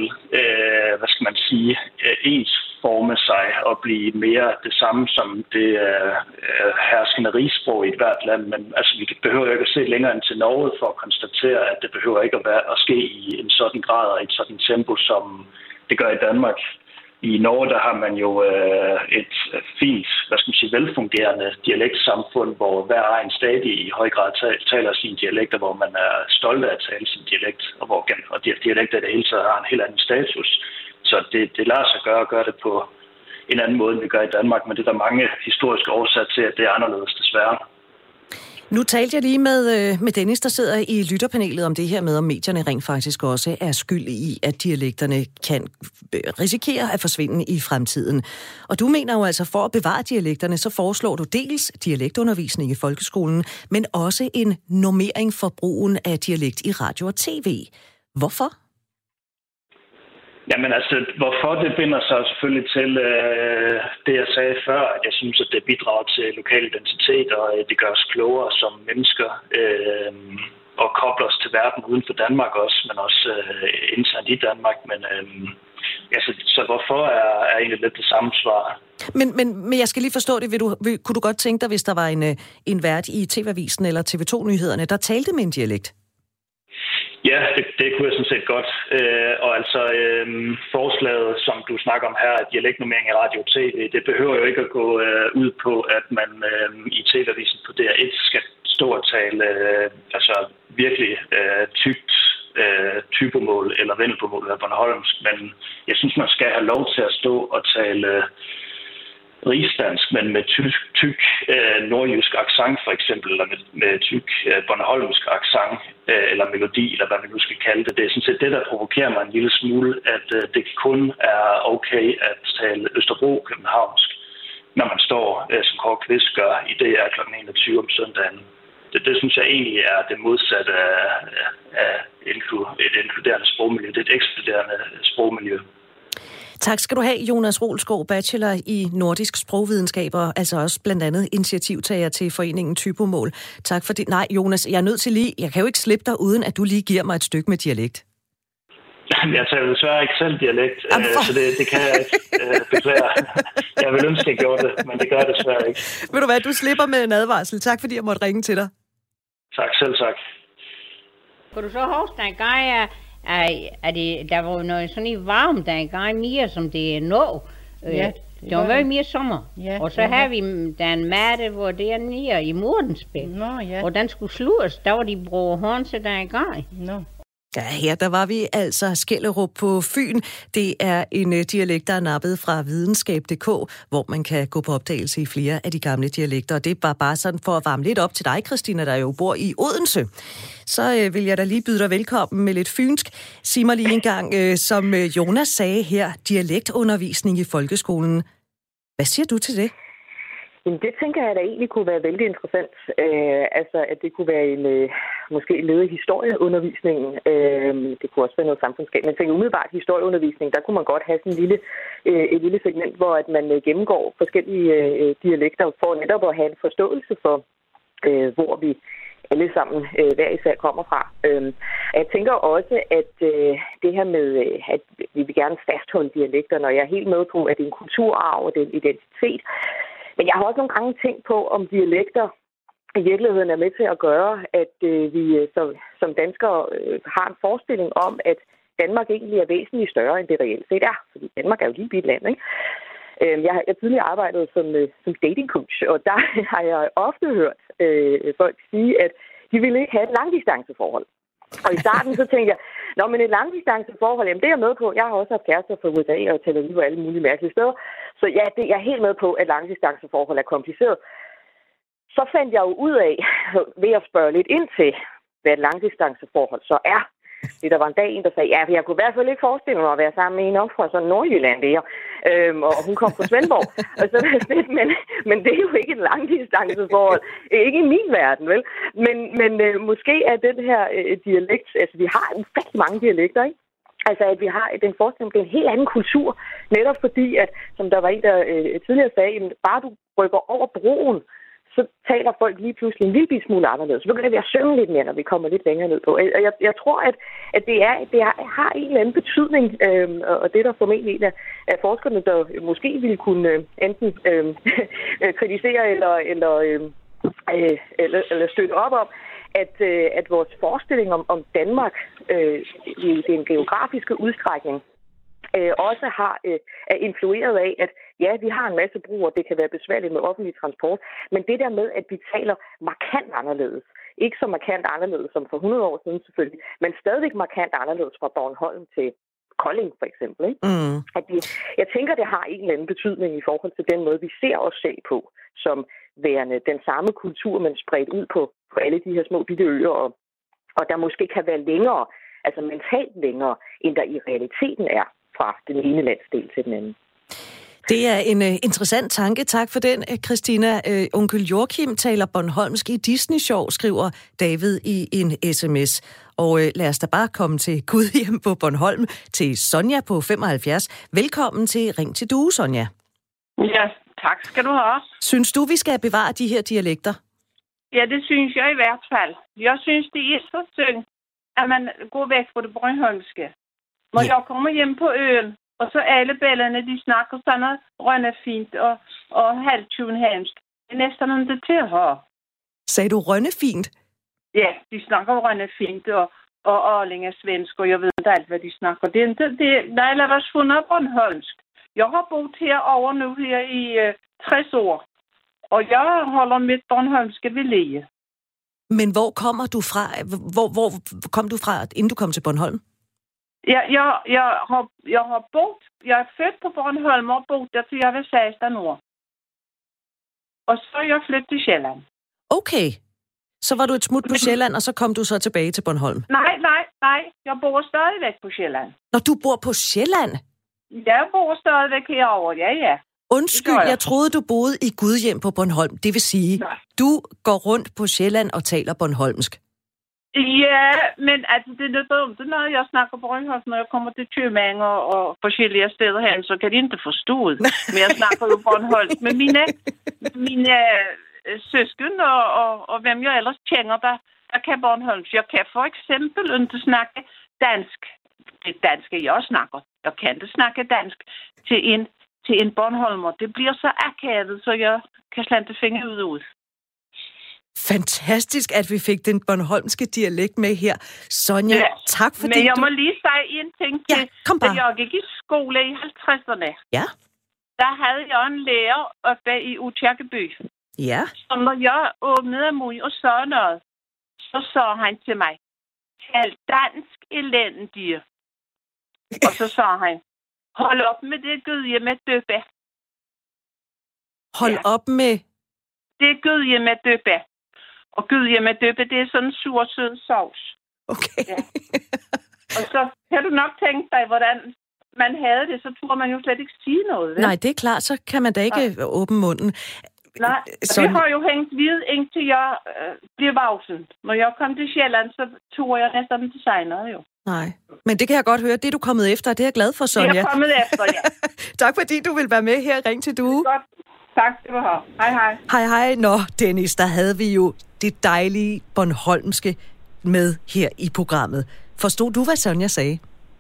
ensforme sig og blive mere det samme som det herskende rigssprog i et hvert land. Men altså, vi behøver jo ikke at se længere end til Norge for at konstatere, at det behøver ikke at ske i en sådan grad og et sådan tempo, som det gør i Danmark. I Norge, der har man jo et fint, velfungerende dialektsamfund, hvor hver egen stadig i høj grad taler sine dialekter, hvor man er stolt af at tale sin dialekt, og dialekter i det hele taget har en helt anden status. Så det lader sig gøre det på en anden måde, end vi gør i Danmark, men det er der mange historiske årsager til, at det er anderledes desværre. Nu talte jeg lige med Dennis, der sidder i lytterpanelet om det her med, om medierne rent faktisk også er skyld i, at dialekterne kan risikere at forsvinde i fremtiden. Og du mener jo altså, for at bevare dialekterne, så foreslår du dels dialektundervisning i folkeskolen, men også en normering for brugen af dialekt i radio og tv. Hvorfor? Jamen altså, hvorfor det binder sig selvfølgelig til det, jeg sagde før, at jeg synes, at det bidrager til lokal identitet, og det gør os klogere som mennesker, og kobler os til verden uden for Danmark også, men også internt i Danmark. Men så hvorfor er egentlig lidt det samme svar. Men jeg skal lige forstå det. Kunne du godt tænke dig, hvis der var en vært i TV-avisen eller TV2-nyhederne, der talte med en dialekt? Ja, det kunne jeg sådan set godt. Og altså forslaget, som du snakker om her, dialektnormering i radio og tv, det behøver jo ikke at gå ud på, at man i TV-avisen på DR1 skal stå og tale virkelig tykt typomål eller vendelbomål eller bornholmsk, men jeg synes, man skal have lov til at stå og tale rigsdansk, men med tyk nordjysk accent for eksempel, eller med tyk bornholmsk accent, eller melodi, eller hvad man nu skal kalde det. Det er sådan set det, der provokerer mig en lille smule, at det kun er okay at tale Østerbro-københavnsk, når man står, som Kåre Kvist gør, i DR kl. 21 om søndagen. Det synes jeg egentlig er det modsatte af et inkluderende sprogmiljø. Det er et ekskluderende sprogmiljø. Tak skal du have, Jonas Rolsgaard, bachelor i nordisk sprogvidenskab, og altså også blandt andet initiativtager til foreningen Typomål. Tak for det. Nej, Jonas, jeg er nødt til lige, jeg kan jo ikke slippe dig, uden at du lige giver mig et stykke med dialekt. Jeg taler desværre ikke selv dialekt, så det kan jeg ikke beklage. Jeg vil ønske, at jeg gjorde det, men det gør jeg desværre ikke. Ved du hvad, du slipper med en advarsel. Tak, fordi jeg måtte ringe til dig. Tak, selv tak. Kan du så huske, der var noget sådan i varmt, der engang mere, som det er nå. Ja, det var meget mere sommer. Ja, og så har vi den matte, hvor det er nede i Mordensbæk. Ja. Og den skulle slås, der var de bruger håndse der engang. Ja, her der var vi altså Skellerup på Fyn. Det er en dialekt, der er nappet fra videnskab.dk, hvor man kan gå på opdagelse i flere af de gamle dialekter. Og det var bare sådan for at varme lidt op til dig, Christina, der jo bor i Odense. Så vil jeg da lige byde dig velkommen med lidt fynsk. Sig mig lige en gang, som Jonas sagde her, dialektundervisning i folkeskolen. Hvad siger du til det? Jamen, det tænker jeg, der egentlig kunne være vældig interessant. Altså, at det kunne være en måske led i historieundervisningen. Det kunne også være noget samfundsskab. Men tænker umiddelbart historieundervisning, der kunne man godt have sådan et lille segment, hvor at man gennemgår forskellige dialekter for netop at have en forståelse for, hvor vi alle sammen hver især kommer fra. Jeg tænker også, at det her med, at vi vil gerne fastholde dialekterne, og jeg er helt med på, at det er en kulturarv og det er en identitet. Men jeg har også nogle gange tænkt på, om dialekter i virkeligheden er med til at gøre, at vi som danskere har en forestilling om, at Danmark egentlig er væsentligt større, end det reelt set er. Fordi Danmark er jo lige et land, ikke? Jeg har tidligere arbejdet som datingcoach, og der har jeg ofte hørt folk sige, at de ville ikke have et langdistanceforhold. Og i starten så tænkte jeg, men et langdistanceforhold, jamen det er jeg med på. Jeg har også haft kærester fra USA og Tel Aviv og alle mulige mærkelige steder. Så ja, jeg er helt med på, at langdistanceforhold er kompliceret. Så fandt jeg jo ud af, ved at spørge lidt ind til, hvad et langdistanceforhold så er. Der var en dag en, der sagde, ja, jeg kunne i hvert fald ikke forestille mig at være sammen med en op fra sådan Nordjylland der. Og hun kom fra Svendborg. Og så men det er jo ikke et langdistanceforhold. Ikke i min verden, vel? Men måske er den her dialekt, altså vi har ufattelig mange dialekter, ikke? Altså, at vi har den forestilling, det er en helt anden kultur. Netop fordi, at, som der var en, der tidligere sagde, bare du rykker over broen, så taler folk lige pludselig en lille smule anderledes. Så begynder vi at synge lidt mere, når vi kommer lidt længere ned på. Jeg tror, at det har en eller anden betydning, og det der formentlig en af forskerne, der måske ville kunne enten kritisere eller støtte op om, at vores forestilling om Danmark i den geografiske udstrækning også er influeret af, at ja, vi har en masse brug, det kan være besværligt med offentlig transport, men det der med, at vi taler markant anderledes, ikke så markant anderledes som for 100 år siden selvfølgelig, men stadigvæk markant anderledes fra Bornholm til Kolding for eksempel. Ikke? At jeg tænker, det har en eller anden betydning i forhold til den måde, vi ser os selv på, som værende den samme kultur, men spredt ud på alle de her små bitte øer, og der måske kan være længere, altså mentalt længere, end der i realiteten er fra den ene landsdel til den anden. Det er en interessant tanke. Tak for den, Christina. Onkel Joachim taler bornholmsk i Disney-show, skriver David i en sms. Og lad os da bare komme til Gudhjem på Bornholm, til Sonja på 75. Velkommen til Ring til Due, Sonja. Ja, tak skal du have. Synes du, vi skal bevare de her dialekter? Ja, det synes jeg i hvert fald. Jeg synes, det er så synd, at man går væk fra det bornholmske. Når jeg kommer hjem på øen, og så alle bellerne, de snakker sådan noget rønnefint og halvtjunhamsk. Det er næsten om det til at have. Sagde du rønnefint? Ja, de snakker rønnefint og arlingesvensk, og jeg ved ikke alt, hvad de snakker. Nej, lad os fundet bornholmsk. Jeg har boet herovre nu her i 60 år, og jeg holder mit bornholmske ved lige. Men hvor kommer du fra? Hvor kom du fra, inden du kom til Bornholm? Jeg har boet. Jeg er født på Bornholm og boet der til jeg var 16 år. Og så er jeg flyttet til Sjælland. Okay. Så var du et smut på Sjælland, og så kom du så tilbage til Bornholm? Nej. Jeg bor stadigvæk på Sjælland. Når du bor på Sjælland? Jeg bor stadigvæk herovre, ja. Undskyld, jeg troede, du boede i Gudhjem på Bornholm. Det vil sige, du går rundt på Sjælland og taler bornholmsk. Ja, men altså, det er noget dumt. Når jeg snakker bornholmsk, når jeg kommer til Tømang og forskellige steder hen, så kan de ikke forstå det. Men jeg snakker jo bornholmsk med mine søsken og hvem jeg ellers kender, der kan bornholmsk. Jeg kan for eksempel ikke snakke dansk det danske, jeg snakker. Jeg kan ikke snakke dansk til en Bornholmer. Det bliver så akavet, så jeg kan slet ikke finde ud. Fantastisk, at vi fik den bornholmske dialekt med her. Sonja, ja. Tak fordi Men jeg må lige sige en ting til, da jeg gik i skole i 50'erne. Ja. Der havde jeg en lærer oppe i Utjerkeby. Ja. Så når jeg åbnede munden og så noget, så sagde han til mig, tal dansk elendige. Og så sagde han, hold op med det gødje med døbe. Hold op med? Det gødje med døbe. Og gødje med døbe, det er sådan en sur, sød sovs. Okay. Ja. Og så kan du nok tænke dig, hvordan man havde det, så tror man jo slet ikke sige noget. Vel? Nej, det er klart, så kan man da ikke åbne munden. Nej, det har jo hængt ved, indtil jeg blev voksen. Når jeg kom til Sjælland, så tog jeg næsten til senere jo. Nej, men det kan jeg godt høre. Det er du kommet efter, det er jeg glad for, Sonja. Det er kommet efter, ja. Tak fordi du vil være med her. Ring til Due. Godt. Tak, det var her. Hej, hej. Hej, hej. Nå, Dennis, der havde vi jo det dejlige bornholmske med her i programmet. Forstod du, hvad Sonja sagde?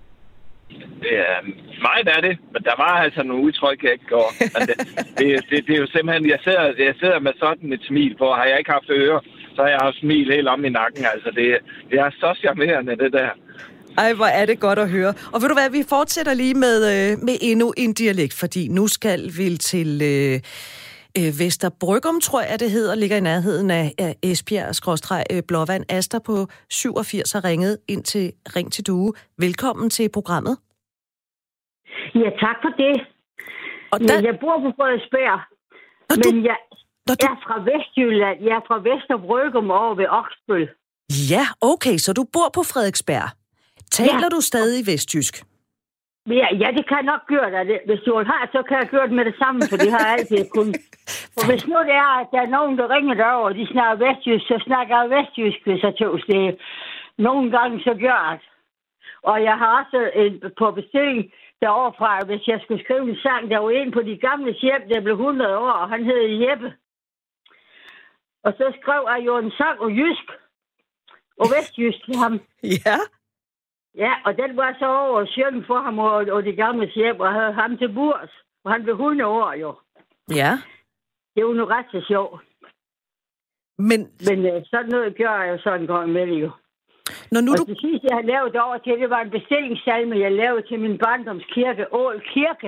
Ja, meget af det, men der var altså nogle udtryk, jeg ikke går. Det er jo simpelthen, jeg sidder med sådan et smil på. Har jeg ikke haft ører, så har jeg haft smil helt om i nakken. Altså, det er så charmerende, det der. Ej, hvor er det godt at høre. Og ved du hvad, vi fortsætter lige med endnu en dialekt, fordi nu skal vi til Vesterbryggum, tror jeg det hedder, ligger i nærheden af Esbjerg/Blåvand. Asta på 87 har ringet ind til Ring til Due. Velkommen til programmet. Ja, tak for det. Men jeg bor på Frederiksberg. Men jeg er fra Vestjylland. Jeg er fra Vesterbryggum over ved Oksbøl. Ja, okay, så du bor på Frederiksberg. Taler du stadig vestjysk? Ja, det kan jeg nok gøre det. Hvis du har, så kan jeg gøre det med det samme, for det har jeg altid kunnet. For hvis nu det er, at der er nogen, der ringer derover, og de snakker vestjysk, så snakker jeg vestjysk, hvis jeg tøvs det. Nogle gange så gør jeg det. Og jeg har også på bestilling deroverfra, hvis jeg skulle skrive en sang, der var en på de gamle hjem, der blev 100 år, og han hed Jeppe. Og så skrev jeg jo en sang og jysk, og vestjysk til ham. Ja. Ja, og den var så over sjøen for ham og de gamle hjem, og havde ham til burs. Og han blev 100 år jo. Ja. Det var nu ret så sjovt. Men sådan noget gør jeg jo sådan en gang med det jo. Når nu og det sidste, jeg har lavet over til, det var en bestillingssalme, jeg lavede til min barndomskirke, Ål Kirke.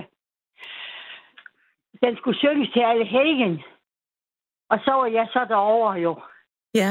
Den skulle synges til alle helgen. Og så var jeg så derovre jo. Ja.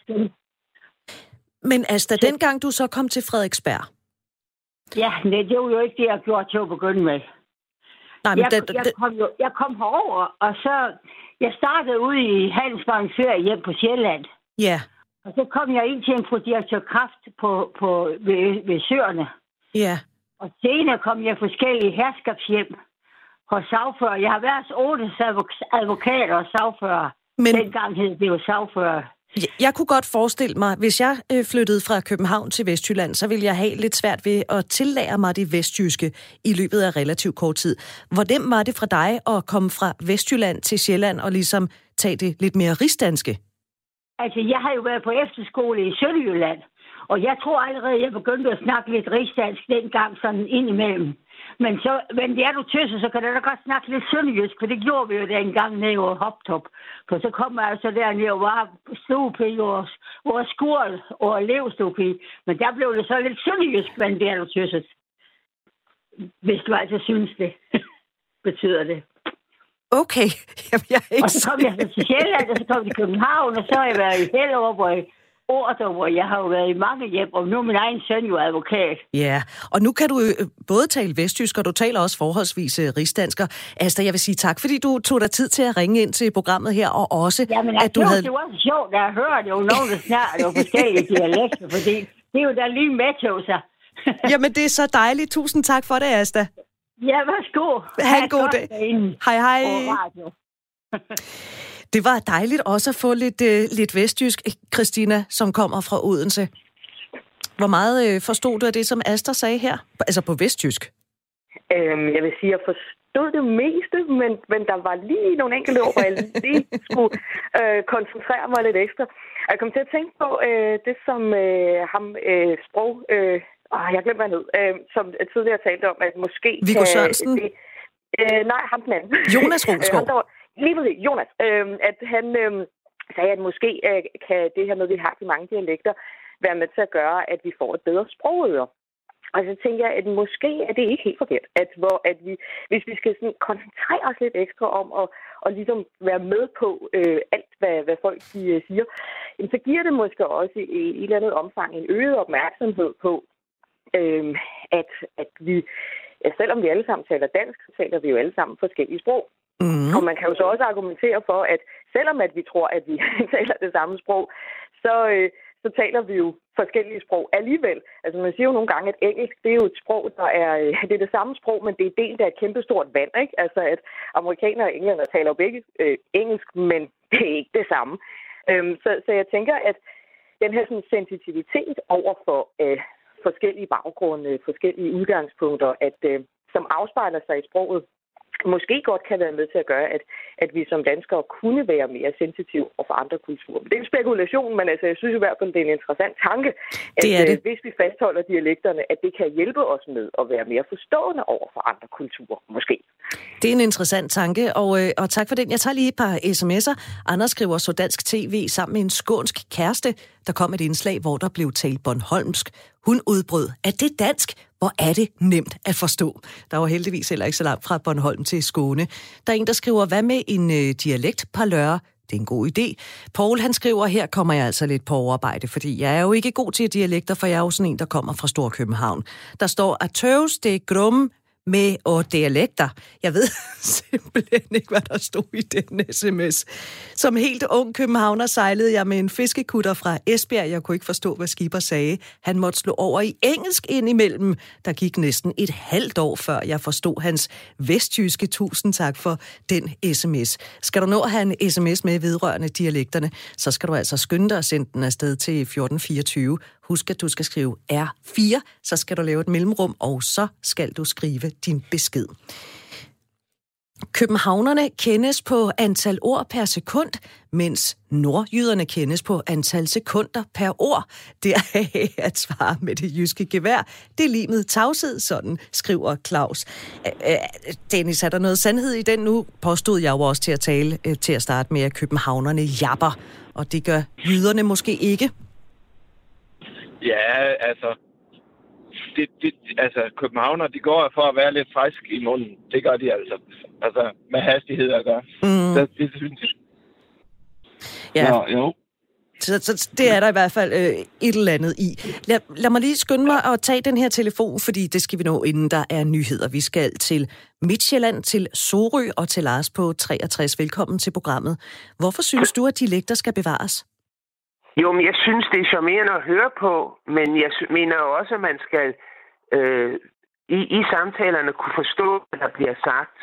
Men Asta, dengang du så kom til Frederiksberg? Ja, det var jo ikke det, jeg gjorde til at begynde med. Nej, men jeg kom herover, og så... Jeg startede ude i Handelsbanken ferie hjem på Sjælland. Ja. Og så kom jeg ind til en fru direktør Kraft ved Søerne. Ja. Og senere kom jeg forskellige herskabshjem hos sagfører. Jeg har været 8 advokater og sagfører. Men dengang hed det jo sagfører. Jeg kunne godt forestille mig, hvis jeg flyttede fra København til Vestjylland, så ville jeg have lidt svært ved at tillære mig det vestjyske i løbet af relativt kort tid. Hvordan var det fra dig at komme fra Vestjylland til Sjælland og ligesom tage det lidt mere rigsdanske? Altså, jeg har jo været på efterskole i Sønderjylland, og jeg tror allerede, jeg begyndte at snakke lidt rigsdansk dengang sådan indimellem. Men det er du tøsse, så kan du da godt snakke lidt sønderjysk, for det gjorde vi jo da engang nede over Hoptop. For så kom jeg altså dernede og var stupe i vores skål og elevstupe. Men der blev det så lidt sønderjysk, men det er du tøsse. Hvis du altså synes det, betyder det. Okay. Jamen, og så kom jeg til Sjælland, og så kom jeg til København, og så har jeg været i Hellerup og i Ordrup, hvor jeg har jo været i mange hjem, og nu er min egen søn jo advokat. Ja, og nu kan du både tale vestjysk, og du taler også forholdsvis rigsdansker. Asta, jeg vil sige tak, fordi du tog dig tid til at ringe ind til programmet her, og også, jamen, at du havde... det var så sjovt, at jeg hørte jo nogen, der snakker jo forskellige dialekter, fordi det er jo der lige med til sig. Jamen, det er så dejligt. Tusind tak for det, Asta. Ja, værsgo. Ha' en god dag. Hej, hej. Det var dejligt også at få lidt vestjysk, Christina, som kommer fra Odense. Hvor meget forstod du af det, som Asta sagde her? Altså på vestjysk? Jeg vil sige, at jeg forstod det meste, men der var lige nogle enkelte ord, hvor jeg lige skulle koncentrere mig lidt ekstra. Jeg kom til at tænke på det, som Jeg glemte, hvad han hed. Som tidligere talte om, at måske... Viggo Sørensen? Nej, ham den anden. Jonas Rosgaard. Lige præcis, Jonas. At han sagde, at måske kan det her med, vi har de mange dialekter, være med til at gøre, at vi får et bedre sprogøre. Og så tænker jeg, at måske er det ikke helt forkert, at vi, hvis vi skal sådan koncentrere os lidt ekstra om og ligesom være med på alt, hvad folk de siger, så giver det måske også i et eller andet omfang en øget opmærksomhed på, at vi, selvom vi alle sammen taler dansk, så taler vi jo alle sammen forskellige sprog. Mm. Og man kan jo så også argumentere for, at selvom at vi tror, at vi taler det samme sprog, så taler vi jo forskellige sprog alligevel. Altså man siger jo nogle gange, at engelsk, det er jo et sprog, det er det samme sprog, men det er delt af et kæmpestort vand, ikke? Altså at amerikanere og englænder taler jo begge engelsk, men det er ikke det samme. Så jeg tænker, at den her sådan, sensitivitet over for forskellige baggrunde, forskellige udgangspunkter, som afspejler sig i sproget, måske godt kan være med til at gøre, at vi som danskere kunne være mere sensitive over for andre kulturer. Det er en spekulation, men altså, jeg synes i hvert fald, det er en interessant tanke, at hvis vi fastholder dialekterne, at det kan hjælpe os med at være mere forstående over for andre kulturer, måske. Det er en interessant tanke, og tak for den. Jeg tager lige et par sms'er. Anders skriver, så dansk tv sammen med en skånsk kæreste. Der kom et indslag, hvor der blev talt bornholmsk. Hun udbrød, at det er dansk. Hvor er det nemt at forstå. Der var heldigvis heller ikke så langt fra Bornholm til Skåne. Der er en, der skriver, hvad med en dialektparlør? Det er en god idé. Paul, han skriver, her kommer jeg altså lidt på overarbejde, fordi jeg er jo ikke god til dialekter, for jeg er jo sådan en, der kommer fra Storkøbenhavn. Der står, at tøvs det grum med og dialekter. Jeg ved simpelthen ikke, hvad der stod i den sms. Som helt ung københavner sejlede jeg med en fiskekutter fra Esbjerg. Jeg kunne ikke forstå, hvad skipper sagde. Han måtte slå over i engelsk indimellem. Der gik næsten et halvt år, før jeg forstod hans vestjyske. Tusind tak for den sms. Skal du nå at have en sms med vedrørende dialekterne, så skal du altså skynde dig at sende den afsted til 1424. Husk, at du skal skrive R4, så skal du lave et mellemrum, og så skal du skrive din besked. Københavnerne kendes på antal ord per sekund, mens nordjyderne kendes på antal sekunder per ord. Det er at svare med det jyske gevær. Det er limet tavshed, sådan skriver Claus. Dennis, er der noget sandhed i den? Nu påstod jeg jo også til at tale til at starte med, at københavnerne japper, og det gør jyderne måske ikke. Ja, altså, københavner, de går for at være lidt frisk i munden. Det gør de altså. Altså, med hastighed at gøre. Mm. Det synes jeg. Ja. Jo. Så det er der i hvert fald et eller andet i. Lad mig lige skynde mig at tage den her telefon, fordi det skal vi nå, inden der er nyheder. Vi skal til Midtjylland, til Sorø og til Lars på 63. Velkommen til programmet. Hvorfor synes du, at dialekter skal bevares? Jo, men jeg synes, det er charmerende at høre på, men jeg mener jo også, at man skal i samtalerne kunne forstå, hvad der bliver sagt.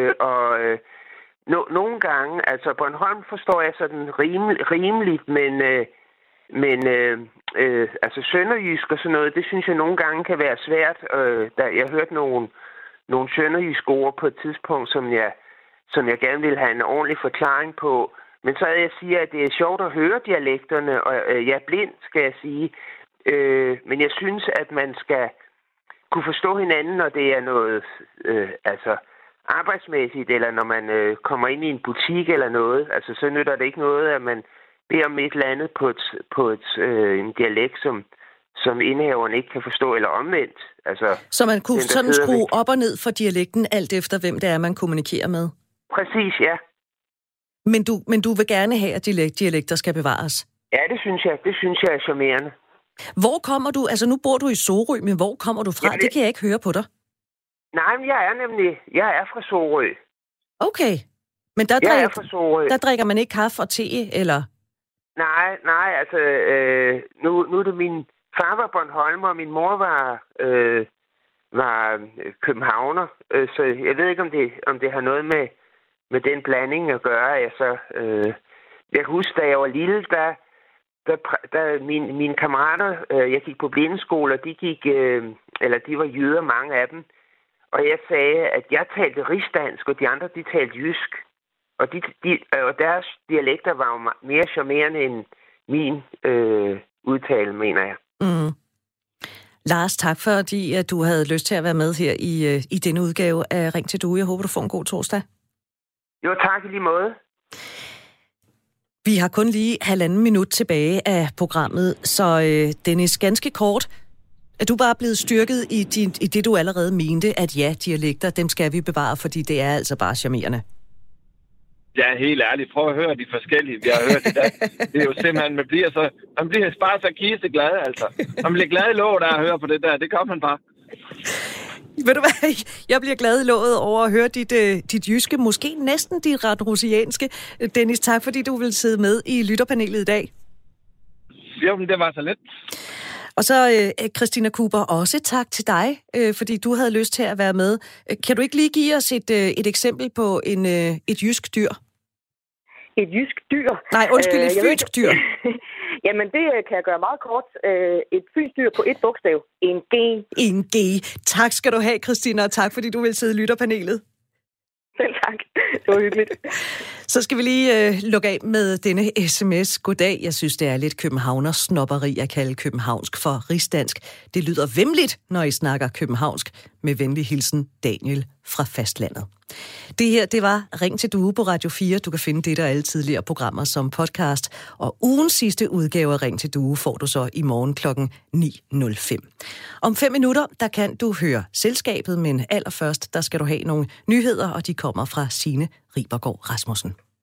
Nogle gange, altså Bornholm forstår jeg sådan rimeligt, men altså sønderjysk og sådan noget, det synes jeg nogle gange kan være svært. Jeg hørte nogle sønderjyske ord på et tidspunkt, som jeg gerne vil have en ordentlig forklaring på. Men så jeg siger, at det er sjovt at høre dialekterne, og jeg er blind, skal jeg sige. Men jeg synes, at man skal kunne forstå hinanden, når det er noget arbejdsmæssigt, eller når man kommer ind i en butik eller noget. Altså, så nytter det ikke noget, at man beder om et eller andet på en dialekt, som indehaveren ikke kan forstå, eller omvendt. Altså, så man kunne sådan skrue op og ned for dialekten, alt efter hvem det er, man kommunikerer med? Præcis, ja. Men du vil gerne have, at dialekter skal bevares? Ja, det synes jeg. Det synes jeg er charmerende. Hvor kommer du? Altså, nu bor du i Sorø, men hvor kommer du fra? Det kan jeg ikke høre på dig. Nej, men jeg er fra Sorø. Okay. Men der drikker man ikke kaffe og te, eller? Nej, altså, nu er det min far var Bornholmer, og min mor var københavner, så jeg ved ikke, om det har noget med den blanding at gøre. Jeg kan huske, da jeg var lille, der mine kammerater, jeg gik på blindeskole, og de var jyder, mange af dem. Og jeg sagde, at jeg talte rigsdansk, og de andre, de talte jysk. Og deres dialekter var jo mere charmerende end min udtale, mener jeg. Mm. Lars, tak fordi at du havde lyst til at være med her i denne udgave af Ring til Due. Jeg håber, du får en god torsdag. Jo, tak i lige måde. Vi har kun lige 1,5 minut tilbage af programmet, så Dennis, ganske kort. Er du bare blevet styrket i det, du allerede mente, at ja, dialekter, dem skal vi bevare, fordi det er altså bare charmerende? Ja, helt ærligt. Prøv at høre de forskellige, vi har hørt i dag. Det er jo simpelthen, man bliver bare så kiseglad, altså. Man bliver glad i låget af at høre på det der. Det gør man bare. Ved du hvad? Jeg bliver glad i låget over at høre dit jyske, måske næsten dit radiosianske. Dennis, tak fordi du vil sidde med i lytterpanelet i dag. Jo, men det var så lidt. Og så Christina Cooper, også tak til dig, fordi du havde lyst til at være med. Kan du ikke lige give os et eksempel på et jysk dyr? Et jysk dyr? Nej, undskyld, et fynsk dyr. Jamen, det kan jeg gøre meget kort. Et fynsk dyr på et bogstav. En G. En G. Tak skal du have, Christina, og tak fordi du vil sidde i lytterpanelet. Selv tak. Det var hyggeligt. Så skal vi lige lukke af med denne sms. Goddag. Jeg synes, det er lidt københavnersnopperi at kalde københavnsk for rigsdansk. Det lyder væmmeligt, når I snakker københavnsk. Med venlig hilsen, Daniel fra fastlandet. Det her, det var Ring til Due på Radio 4. Du kan finde det og alle tidligere programmer som podcast. Og ugens sidste udgave af Ring til Due får du så i morgen kl. 9.05. Om 5 minutter, der kan du høre Selskabet, men allerførst, der skal du have nogle nyheder, og de kommer fra Signe Ribergaard Rasmussen.